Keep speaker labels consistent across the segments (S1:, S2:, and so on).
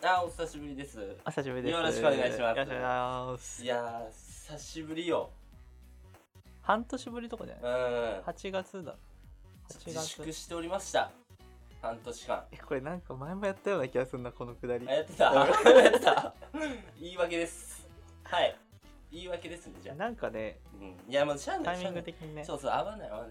S1: お久しぶりです。
S2: お久しぶりです。
S1: よろしくお願いします。
S2: よろしくお願いします。
S1: いやー、久しぶりよ。
S2: 半年ぶりとかじゃない？ 8 月だ。
S1: 自粛しておりました。半年間。
S2: これなんか前もやったような気がするな、このくだり。
S1: やってたやってた言い訳です。はい。言い訳ですね、じゃあ。
S2: なんかね、
S1: いや、もうしゃあない。
S2: タイミング的にね。
S1: そうそう、合わなかった。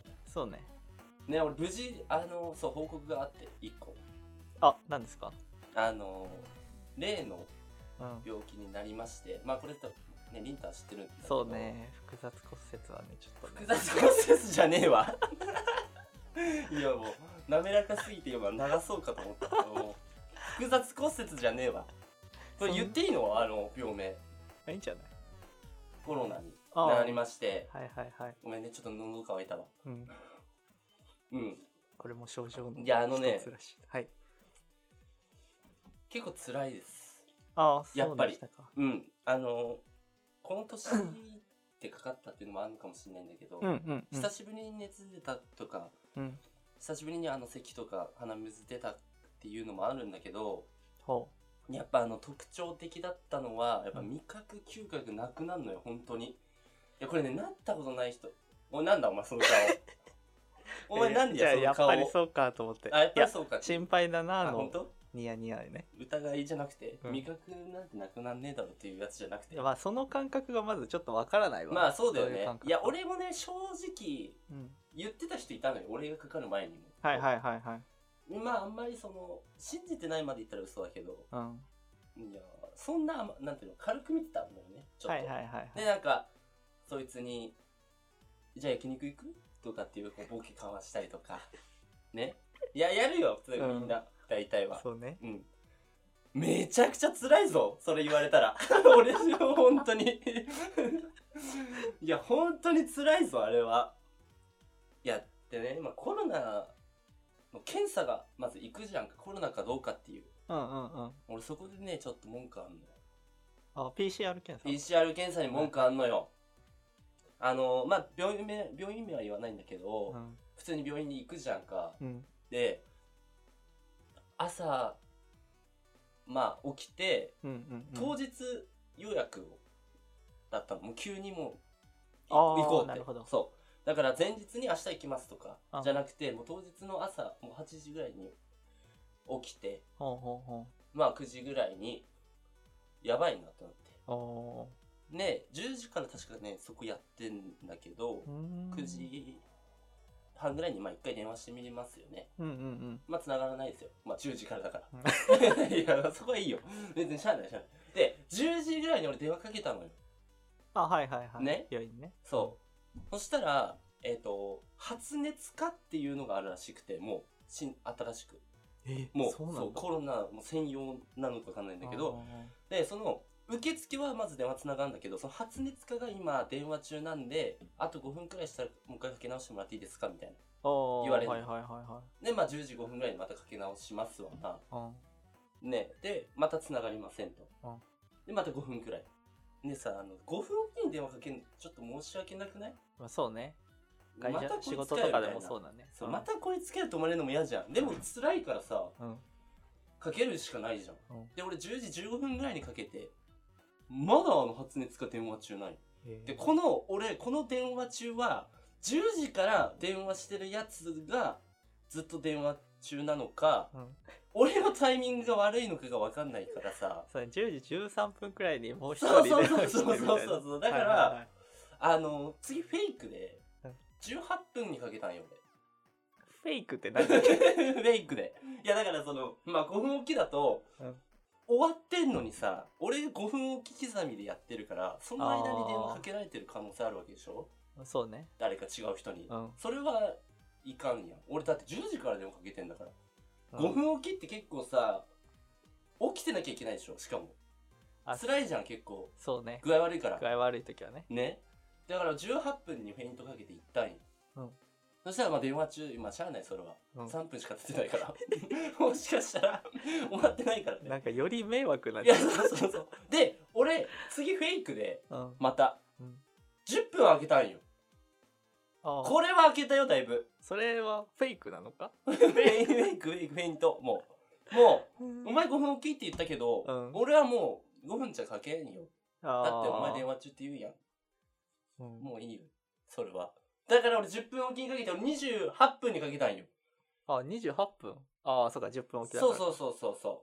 S2: そうね。
S1: ね、俺無事、そう、報告があって、1個。
S2: 何ですか？
S1: 例の病気になりまして、まあこれと、ね、リンタは知ってるんだけど。
S2: そうね、複雑骨折はね、ちょっと、ね。
S1: 複雑骨折じゃねえわ。いやもう、滑らかすぎて今流そうかと思ったけども、複雑骨折じゃねえわ。これ言っていいの？病名。
S2: いいんじゃない？
S1: コロナになりまして。
S2: はいはいはい。
S1: ごめんね、ちょっと喉乾いたわ。
S2: これも症状の。
S1: いや、
S2: はい。
S1: 結構辛いです。
S2: やっぱり。
S1: この年ってかかったっていうのもあるのかもしれないんだけど、久しぶりに熱出たとか、久しぶりに咳とか鼻水出たっていうのもあるんだけど、やっぱ特徴的だったのは、やっぱ味覚嗅覚なくなるのよ、本当に。いや、これね、なったことない人。おい、なんだお前その顔。お前なんでやその顔。
S2: やっぱりそうかと思って。
S1: やっぱりそうか。
S2: 心配だな、
S1: 本当？
S2: ニヤニヤでね。
S1: 疑いじゃなくて、味覚なんてなくなんねえだろっていうやつじゃなくて。
S2: まあその感覚がまずちょっとわからないわ。
S1: まあそうだよね。いや、俺もね、正直、言ってた人いたのよ。俺がかかる前にも。
S2: はいはいはいはい。
S1: まああんまり信じてないまで言ったら嘘だけど、いや、そんな、なんていうの、軽く見てたんだよね。ちょっと。はいはいはい。で、なんか、そいつに、じゃあ焼肉行くとかっていうボケかわしたりとか。ね。いや、やるよ、普通みんな。大体は。
S2: そうね。
S1: めちゃくちゃ辛いぞ、それ言われたら。俺、本当に。いや、本当に辛いぞ、あれは。いや、でね、今コロナの検査がまず行くじゃんか、コロナかどうかっていう。俺そこでね、ちょっと文句あんのよ。
S2: PCR 検査？
S1: PCR 検査に文句あんのよ。まあ、病院名は言わないんだけど、普通に病院に行くじゃんか。で、朝、まあ起きて、当日予約だったの。もう急にもう行こうって。なるほど。そう。だから前日に明日行きますとかじゃなくて、もう当日の朝もう8時ぐらいに起きて、まあ9時ぐらいにやばいなと思って。ね、10時から確かねそこやってんだけど、9時半ぐらいにまあ1回電話してみますよね。まあ繋がらないですよ。まあ10時からだから。いや、そこはいいよ。別にしゃあない。で、10時ぐらいに俺電話かけたのよ。
S2: はいはいはい。
S1: ね。
S2: 病院ね。
S1: そう。そしたら、発熱科っていうのがあるらしくて、もう新しく。もうそうコロナも専用なのかわかんないんだけど、で、その、受付はまず電話つながるんだけど、その発熱科が今電話中なんで、あと5分くらいしたらもう一回かけ直してもらっていいですかみたいな言われる。で、まあ10時5分くらいにまたかけ直しますわな。ね、で、またつながりませんと。で、また5分くらい。でさ、5分おきに電話かけるのちょっと申し訳なくない？
S2: まあそうね。会社、仕事とかでもそうだね。
S1: またこいつけると思われるのも嫌じゃん。でも辛いからさ、かけるしかないじゃん。で、俺10時15分くらいにかけて、まだ発熱か電話中ない。で、この電話中は、10時から電話してるやつがずっと電話中なのか、俺のタイミングが悪いのかが分かんないからさ。
S2: それ10時13分くらいにもう一人電話してるみたいな。
S1: そう。だから、次フェイクで、18分にかけたんよ、俺。
S2: フェイクって何？
S1: フェイクで。いや、だからまあ5分おきだと、終わってんのにさ、俺5分おき刻みでやってるから、その間に電話かけられてる可能性あるわけでしょ？
S2: そうね。
S1: 誰か違う人に。それはいかんやん。俺だって10時から電話かけてんだから。5分おきって結構さ、起きてなきゃいけないでしょ？しかも。辛いじゃん、結構。
S2: そうね。
S1: 具合悪いから。
S2: 具合悪い時はね。
S1: ね。だから18分にフェイントかけて行ったんよ。そしたらまあ電話中、今しゃあないそれは。3分しか経ってないから。もしかしたら終わってないからね。
S2: なんかより迷惑な。
S1: いや、そう。で、俺、次フェイクで、また、10分開けたんよ。これは開けたよ、だいぶ。
S2: それはフェイクなのか？
S1: フェイント。もう。 もう、お前5分おきって言ったけど、俺はもう5分じゃかけんよ。だってお前電話中って言うやん。もういいよ。それは。だから俺10分おきにかけて、俺28分にかけたんよ。
S2: あ、28分。ああ、そうか、10分おきだ
S1: から。そう。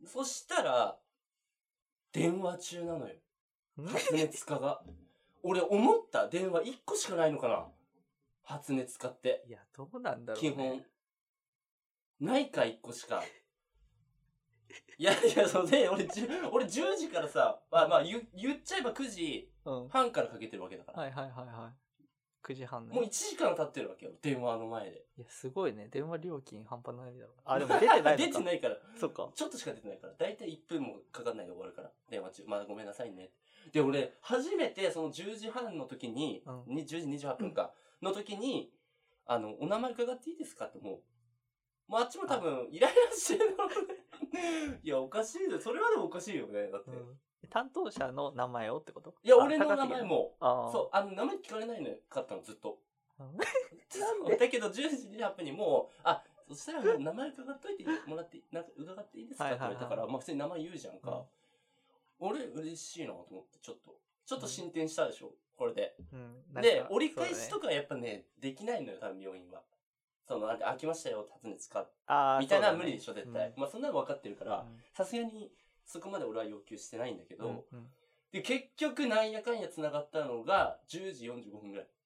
S1: そしたら、電話中なのよ。発熱家が。俺思った電話1個しかないのかな、発熱家って。
S2: いや、どうなんだろうね。
S1: 基本。ないか、1個しか。いや、そうで、俺10時からさ、言っちゃえば9時半からかけてるわけだから。
S2: はい。9時半ね。
S1: もう1時間経ってるわけよ、電話の前で。
S2: いや、すごいね。電話料金半端ないだろう。あ、でも出てないのか。
S1: 出てないから。
S2: そっか。
S1: ちょっとしか出てないから。だいたい1分もかかんないで終わるから。電話中。まあごめんなさいね。で、俺、初めてその10時半の時に、10時28分か、の時に、お名前伺っていいですかってもうあっちも多分、イライラしてるのね。いや、おかしいよ。それはでもおかしいよね。だって。
S2: 担当者の名前をってこと？
S1: いや、俺の名前も。そう、名前聞かれないのよ。かったの、ずっと。だけど、10時28分にもう、そしたらもう名前伺っといてもらって、なんか伺っていいですかって言われたから、まあ普通に名前言うじゃんか。俺、嬉しいなと思って、ちょっと進展したでしょ、これで。で、折り返しとかやっぱね、できないのよ、多分病院は。なんか、飽きましたよ、発熱か。みたいなのは無理でしょ、絶対。まあそんなの分かってるから、さすがにそこまで俺は要求してないんだけど、で、結局なんやかんや繋がったのが10時45分ぐらい。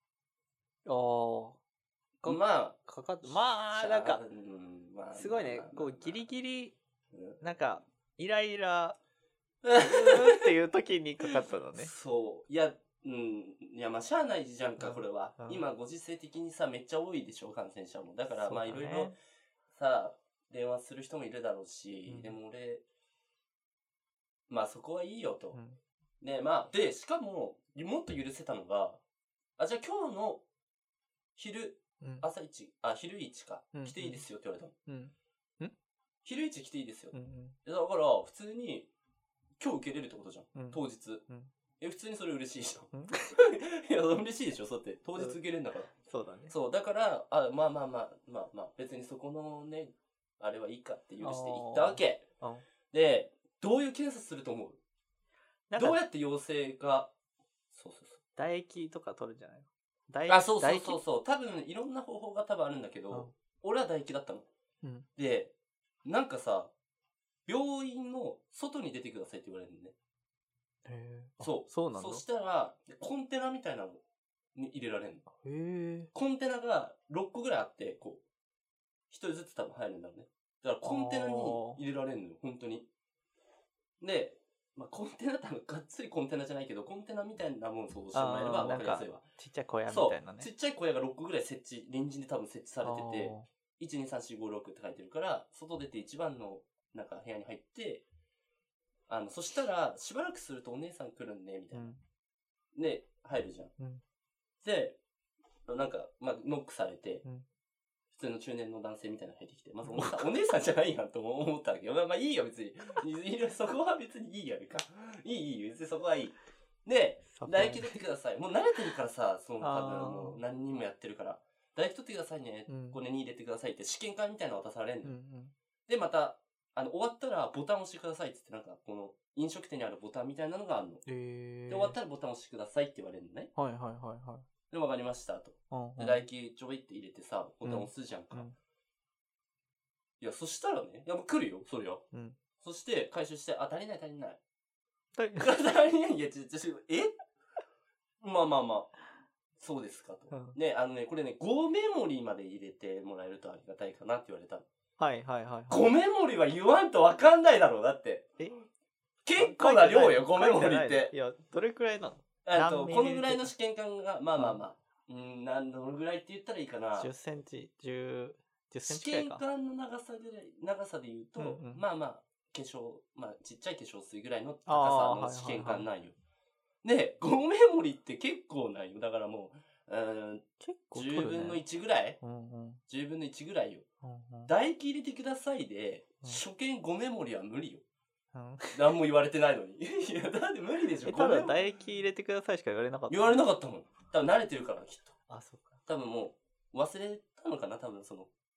S1: ま
S2: あ、なんか、すごいね、こう、ギリギリ、なんか、イライラ、っていう時にかかったのね。
S1: そう。いや、まあ、しゃあないじゃんか、これは。今、ご時世的にさ、めっちゃ多いでしょ、感染者も。だから、まあ、いろいろ、さ、電話する人もいるだろうし、でも俺、まあ、そこはいいよと。で、で、しかも、もっと許せたのが、じゃあ今日の昼一か、来ていいですよって言われたの。昼一来ていいですよ。だから、普通に、今日受けれるってことじゃん。当日。普通にそれ嬉しいじゃん。いや、嬉しいでしょ、そうやって。当日受けれるんだから。
S2: そうだね。
S1: そう、だから、まあ、別にそこのね、あれはいいかって許して行ったわけ。で、どういう検査すると思う？どうやって陽性が、そう。
S2: 唾液とか取るんじゃないの？
S1: そう。多分、いろんな方法が多分あるんだけど、俺は唾液だったの。で、なんかさ、病院の外に出てくださいって言われるのね。
S2: そうなの？
S1: そしたら、コンテナみたいなのに入れられるの。コンテナが6個ぐらいあって、こう、1人ずつ多分入るんだろうね。だからコンテナに入れられるのよ、本当に。で、まあ、コンテナってがっつりコンテナじゃないけど、コンテナみたいなもん想像してもらえれば分かりやすいわ。
S2: ちっちゃい小屋みたいなね。
S1: ちっちゃい小屋が6個ぐらい隣人で多分設置されてて、1、2、3、4、5、6って書いてるから、外出て一番のなんか部屋に入って、そしたら、しばらくするとお姉さん来るんね、みたいな。で、入るじゃん。で、なんか、ノックされて、普通の中年の男性みたいなの入ってきて、まずお姉さんじゃないやんと思ったわけど、まあいいよ、別に。そこは別にいいやるか。いい、別にそこはいい。で、唾液取ってください。もう慣れてるからさ、多分もう何人もやってるから。唾液取ってくださいね。これに入れてくださいって試験管みたいなの渡されんの。で、また、終わったらボタンを押してくださいって言って、なんか、この飲食店にあるボタンみたいなのがあるの。で、終わったらボタンを押してくださいって言われるのね。で、わかりましたと。で、唾液ちょびって入れてさ、ボタン押すじゃんか。いや、そしたらね、いや、もう来るよ、そりゃ。そして、回収して、足りない。足りない。いや、まあ。そうですかと。ね、これね、5メモリまで入れてもらえるとありがたいかなって言われたの。5メモリは言わんとわかんないだろう、だって。結構な量よ、5メモリって。
S2: いや、どれくらいなの？
S1: このぐらいの試験管が、まあ。どのぐらいって言ったらいいかな。
S2: 10センチ、10センチ
S1: 試験管の長さで言うと、まあ、ちっちゃい化粧水ぐらいの高さの試験管なんよ。で、5メモリって結構ないよ。だからもう、10分の1ぐらい ?10 分の1ぐらいよ。唾液入れてくださいで、初見5メモリは無理よ。何も言われてないのに。いや、だって無理でしょ。
S2: ただ唾液入れてくださいしか言われなかった。
S1: 言われなかったもん。多分慣れてるから、きっと。
S2: そうか。
S1: 多分もう、忘れたのかな、多分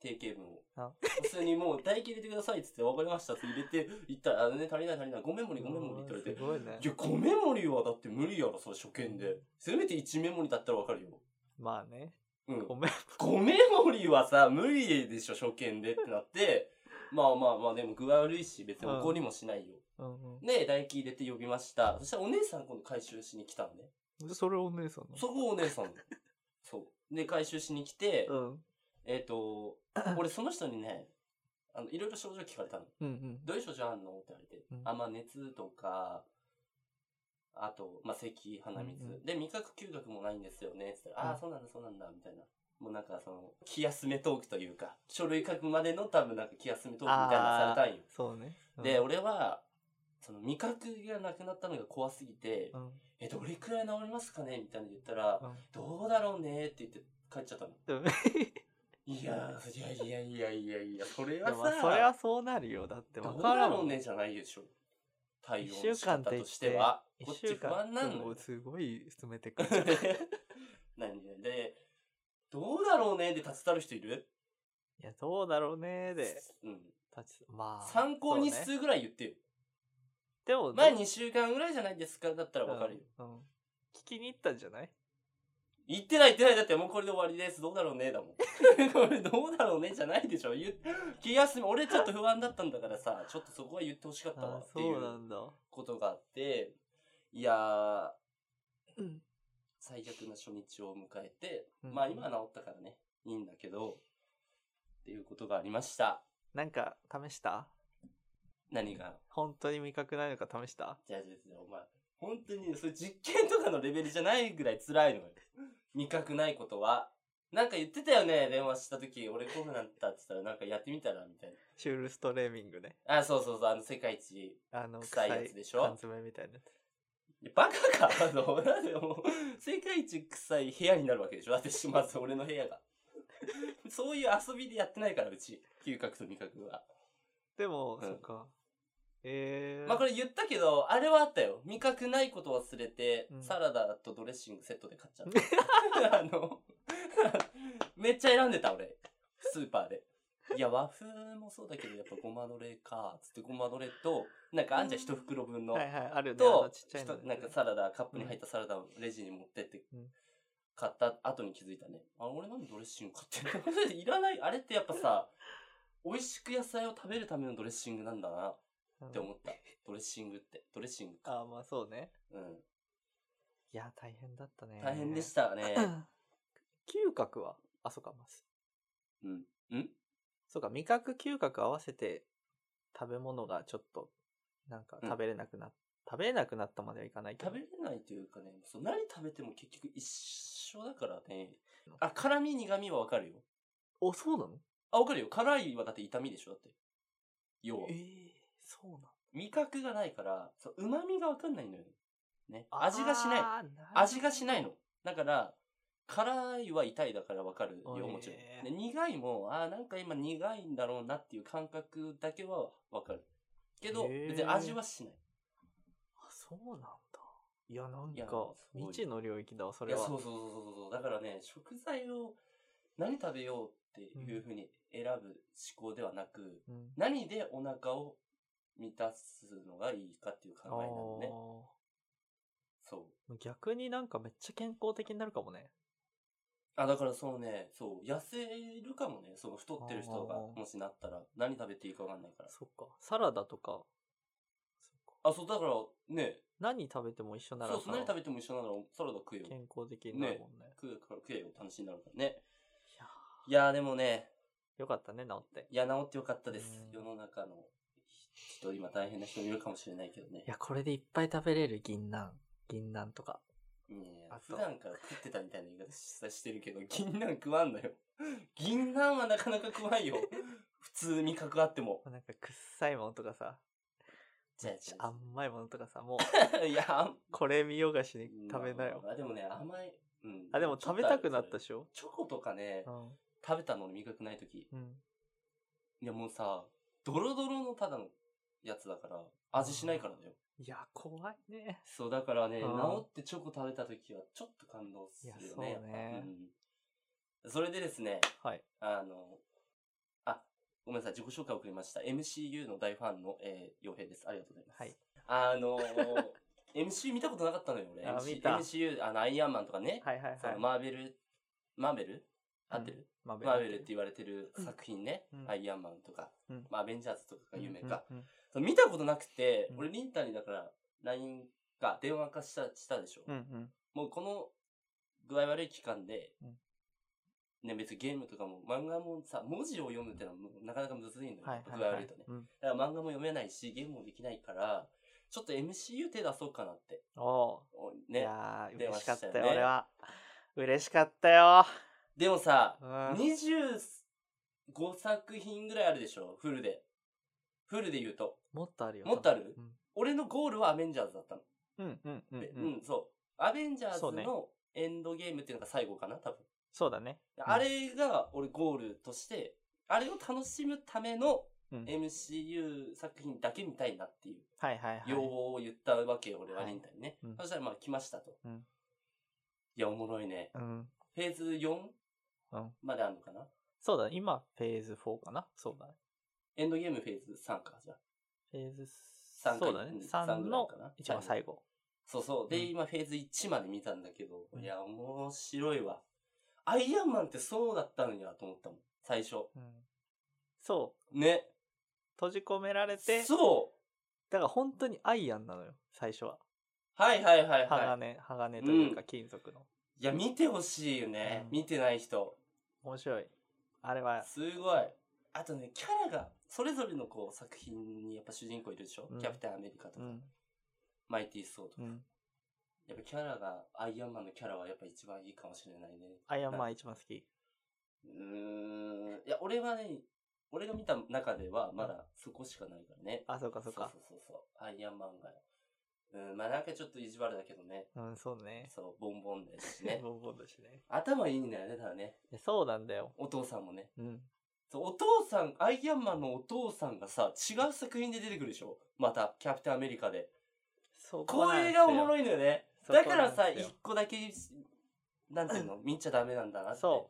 S1: 定型文を。普通にもう唾液入れてくださいっつって、わかりましたって入れて、言ったら、足りない、5メモリって言われて。
S2: すごいね。
S1: いや、5メモリはだって無理やろ、それ初見で。せめて1メモリだったらわかるよ。
S2: まあね。
S1: うん。5メモリはさ、無理でしょ、初見でってなって、まあ、でも具合悪いし、別に怒りもしないよ。で、唾液入れて呼びました。そしたらお姉さん今度回収しに来たんね。
S2: それお姉さんの？
S1: そこお姉さん。そう。で、回収しに来て、俺その人にね、いろいろ症状聞かれたの。どういう症状あんのって言われて。まあ熱とか、あと、まあ咳、鼻水。で、味覚嗅覚もないんですよね。つったら、ああ、そうなんだ、みたいな。もうなんか気休めトークというか、書類書くまでの多分なんか気休めトークみたいなのされたんよ。
S2: そうね。
S1: で、俺は、味覚がなくなったのが怖すぎて、どれくらい治りますかねみたいな言ったら、どうだろうねって言って帰っちゃったの。いや、それはさ、
S2: それはそうなるよ。だって
S1: 分からん。どうだろうねじゃないでしょ。対応の仕方としては。こっち不安なんのよ。
S2: すごい進めてくる。
S1: 何で、どうだろうねで立ち去る人いる？
S2: いや、どうだろうねで。まあ。
S1: 参考日数ぐらい言ってよ。
S2: でも、
S1: まあ2週間ぐらいじゃないですかだったら分かるよ。
S2: 聞きに行ったんじゃない？
S1: 言ってない。だってもうこれで終わりです。どうだろうねだもん。これどうだろうねじゃないでしょ。気休め、俺ちょっと不安だったんだからさ、ちょっとそこは言ってほしかったわっていうことがあって、いやー、最悪な初日を迎えて、まあ今は治ったからね、いいんだけど、っていうことがありました。
S2: なんか試した？
S1: 何が？
S2: 本当に味覚ないのか試した？
S1: じゃあお前、本当にそれ実験とかのレベルじゃないぐらい辛いのよ。味覚ないことは。なんか言ってたよね、電話した時、俺こうなったって言ったらなんかやってみたらみたいな。
S2: シュールストレーミングね。
S1: あ、そう、世界一臭いやつでしょ。
S2: 缶詰みたいな。
S1: バカかなんでもう、世界一臭い部屋になるわけでしょ。だってまず俺の部屋が。そういう遊びでやってないから、うち。嗅覚と味覚は。
S2: でも、そっか。
S1: まあこれ言ったけど、あれはあったよ。味覚ないこと忘れて、サラダとドレッシングセットで買っちゃった。めっちゃ選んでた俺。スーパーで。いや、和風もそうだけど、やっぱごまドレか、つってごまドレと、なんかあんじゃん、一袋分の。
S2: あるね。
S1: と、なんかサラダ、カップに入ったサラダをレジに持ってって、買った後に気づいたね。俺なんでドレッシング買ってんの？いらない。あれってやっぱさ、美味しく野菜を食べるためのドレッシングなんだな。って思った。ドレッシングか。
S2: まあそうね。いや、大変だったね。
S1: 大変でしたね。
S2: 嗅覚はそうか、そうか、味覚嗅覚合わせて食べ物がちょっと、なんか食べれなくなったまではいかないけど。
S1: 食べれないというかね、何食べても結局一緒だからね。辛味苦味はわかるよ。
S2: そうなの？
S1: わかるよ。辛いはだって痛みでしょだって。要は。
S2: そうなの？
S1: 味覚がないから、旨味がわかんないのよ。ね。味がしない。味がしないの。だから、辛いは痛いだからわかるよ、もちろん。で苦いも、なんか今苦いんだろうなっていう感覚だけはわかる。けど、別に味はしない。
S2: そうなんだ。いや、なんか、未知の領域だわ、それは。
S1: いや、そう。だからね、食材を何食べようっていうふうに選ぶ思考ではなく、何でお腹を満たすのがいいかっていう考えなのね。そう。
S2: 逆になんかめっちゃ健康的になるかもね。
S1: だから痩せるかもね。太ってる人がもしなったら、何食べていいかわかんないから。
S2: そっか。サラダとか。
S1: だからね。
S2: 何食べても一緒なら
S1: 何食べても一緒ならサラダ食えよ。
S2: 健康的になるもんね。
S1: 食えよ、楽しいになるからね。いやでもね。
S2: よかったね、治って。
S1: いや、治ってよかったです。世の中の人、今大変な人もいるかもしれないけどね。
S2: いや、これでいっぱい食べれる銀杏とか。
S1: 普段から食ってたみたいな言い方してるけど、銀杏食わんのよ。銀杏はなかなか食わんよ。普通味覚あっても。
S2: なんか臭いものとかさ。甘いものとかさ、もう。
S1: いや、
S2: これ見よがしに食べなよ。
S1: でもね、甘い。
S2: でも食べたくなったでしょ？
S1: チョコとかね、食べたのに味覚ないとき。いやもうさ、ドロドロのただのやつだから、味しないからだよ。
S2: いや、怖いね。
S1: そう、だからね、治ってチョコ食べたときはちょっと感動するよね。
S2: そうね。
S1: それでですね、 ごめんなさい、自己紹介を送りました。MCU の大ファンの、洋平です。ありがとうございます。
S2: はい。
S1: MCU 見たことなかったのよ、俺。
S2: 見た。
S1: MCU、アイアンマンとかね。
S2: はいはいはい。
S1: そのマーベル合ってる、マーベルって言われてる作品ね。アイアンマンとか、アベンジャーズとかが有名か。見たことなくて、俺、リンタにだから、LINE か電話化したでしょ。もうこの具合悪い期間で、ね、別にゲームとかも漫画もさ、文字を読むってのはなかなかむずいんだよ。具合悪いとね。だから漫画も読めないし、ゲームもできないから、ちょっと MCU 手出そうかなって。
S2: ね。いやー、嬉しかったよ、俺は。嬉しかったよ。
S1: でもさ、25作品ぐらいあるでしょ、フルで。フルで言うと。
S2: もっとあるよ。
S1: もっとある？俺のゴールはアベンジャーズだったの。そう。アベンジャーズのエンドゲームっていうのが最後かな、多分。
S2: そうだね。
S1: あれが俺ゴールとして、あれを楽しむための MCU 作品だけ見たいなっていう要望を言ったわけよ、俺はリンタにね。そしたらまあ来ましたと。いや、おもろいね。フェーズ 4? まであるのかな。
S2: そうだね。今、フェーズ4かな。そうだね。
S1: エンドゲームフェーズ3か、じゃあ。
S2: フェーズ3そうだね。3の一番最後。
S1: そうそう。で、今フェーズ1まで見たんだけど、いや、面白いわ。アイアンマンってそうだったのやと思ったもん、最初。
S2: そう。
S1: ね。
S2: 閉じ込められて。
S1: そう。
S2: だから本当にアイアンなのよ、最初は。
S1: はいはいはいはい。
S2: 鋼というか金属の。
S1: いや、見てほしいよね。見てない人。
S2: 面白い。あれは。
S1: すごい。あとね、キャラが、それぞれのこう作品にやっぱ主人公いるでしょ、キャプテンアメリカとか、マイティー・ソーとか。やっぱキャラが、アイアンマンのキャラはやっぱ一番いいかもしれないね。
S2: アイアンマン一番好き。
S1: いや、俺はね、俺が見た中ではまだそこしかないからね。
S2: あ、そうかそうか。
S1: そう。アイアンマンが。まあなんかちょっと意地悪だけどね。
S2: そうね。
S1: そう、ボンボンですしね。
S2: ボンボンだしね。
S1: 頭いいんだよね、ただね。
S2: そうなんだよ。
S1: お父さんもね。お父さん、アイアンマンのお父さんがさ、違う作品で出てくるでしょ、また、キャプテンアメリカで。これがおもろいのよね。だからさ、一個だけ、なんていうの、見ちゃダメなんだなって。そう。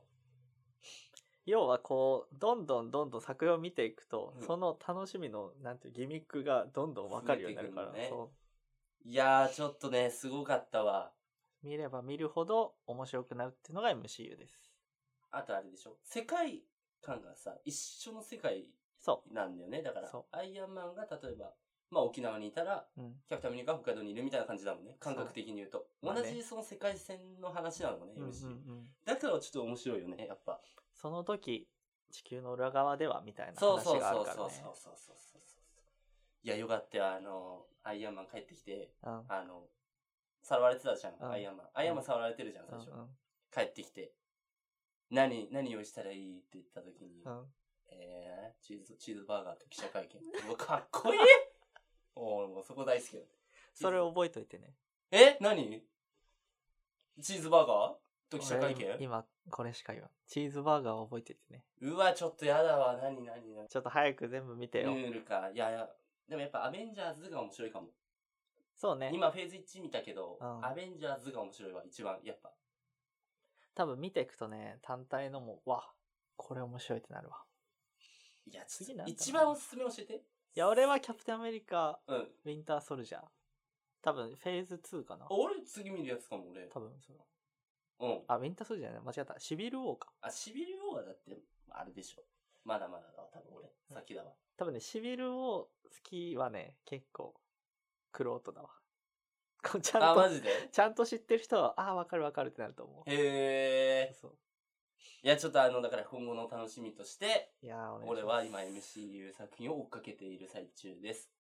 S2: 要はこう、どんどん作品を見ていくと、その楽しみの、なんていうギミックがどんどん分かるようになるから。ね、
S1: いやー、ちょっとね、すごかったわ。
S2: 見れば見るほど面白くなるっていうのが MCU です。
S1: あとあれでしょ、世界観がさ、一緒の世界なんだよね。だから、アイアンマンが例えば、まあ沖縄にいたら、キャプテンアメリカが北海道にいるみたいな感じだもんね。感覚的に言うと。同じその世界線の話なのね、MCU。だからちょっと面白いよね、やっぱ。
S2: その時、地球の裏側ではみたいな話があるからね。そう。
S1: いや、よかったよ。アイアンマン帰ってきて、さらわれてたじゃん、アイアンマン。アイアンマンさらわれてるじゃん、最初。帰ってきて。何用意したらいいって言った時に、チーズバーガーと記者会見。もうかっこいいもうそこ大好きだ。
S2: それ覚えといてね。
S1: 何チーズバーガーと記者会見？
S2: 今、これしか言わん。チーズバーガーを覚えていてね。
S1: うわ、ちょっとやだわ。何。
S2: ちょっと早く全部見てよ。
S1: 見るか。いや、でもやっぱアベンジャーズが面白いかも。
S2: そうね。
S1: 今フェーズ1見たけど、アベンジャーズが面白いわ、一番、やっぱ。
S2: 多分見ていくとね、単体のも、これ面白いってなるわ。
S1: いや、次なんだ。一番おすすめ教えて。
S2: いや、俺はキャプテンアメリカ、ウィンターソルジャー。多分、フェーズ2かな。
S1: 俺、次見るやつかも、俺。
S2: 多分、そう。ウィンターソルジャーね。間違った。シビルウォーか。
S1: シビルウォーはだって、あれでしょ。まだまだだわ、多分俺。先だわ。
S2: 多分ね、シビルウォー好きはね、結構、クロートだわ。ちゃんと、
S1: マジで
S2: ちゃんと知ってる人は、わかるってなると思う。
S1: へー。そう。いや、ちょっとだから今後の楽しみとして、俺は今 MCU 作品を追っかけている最中です。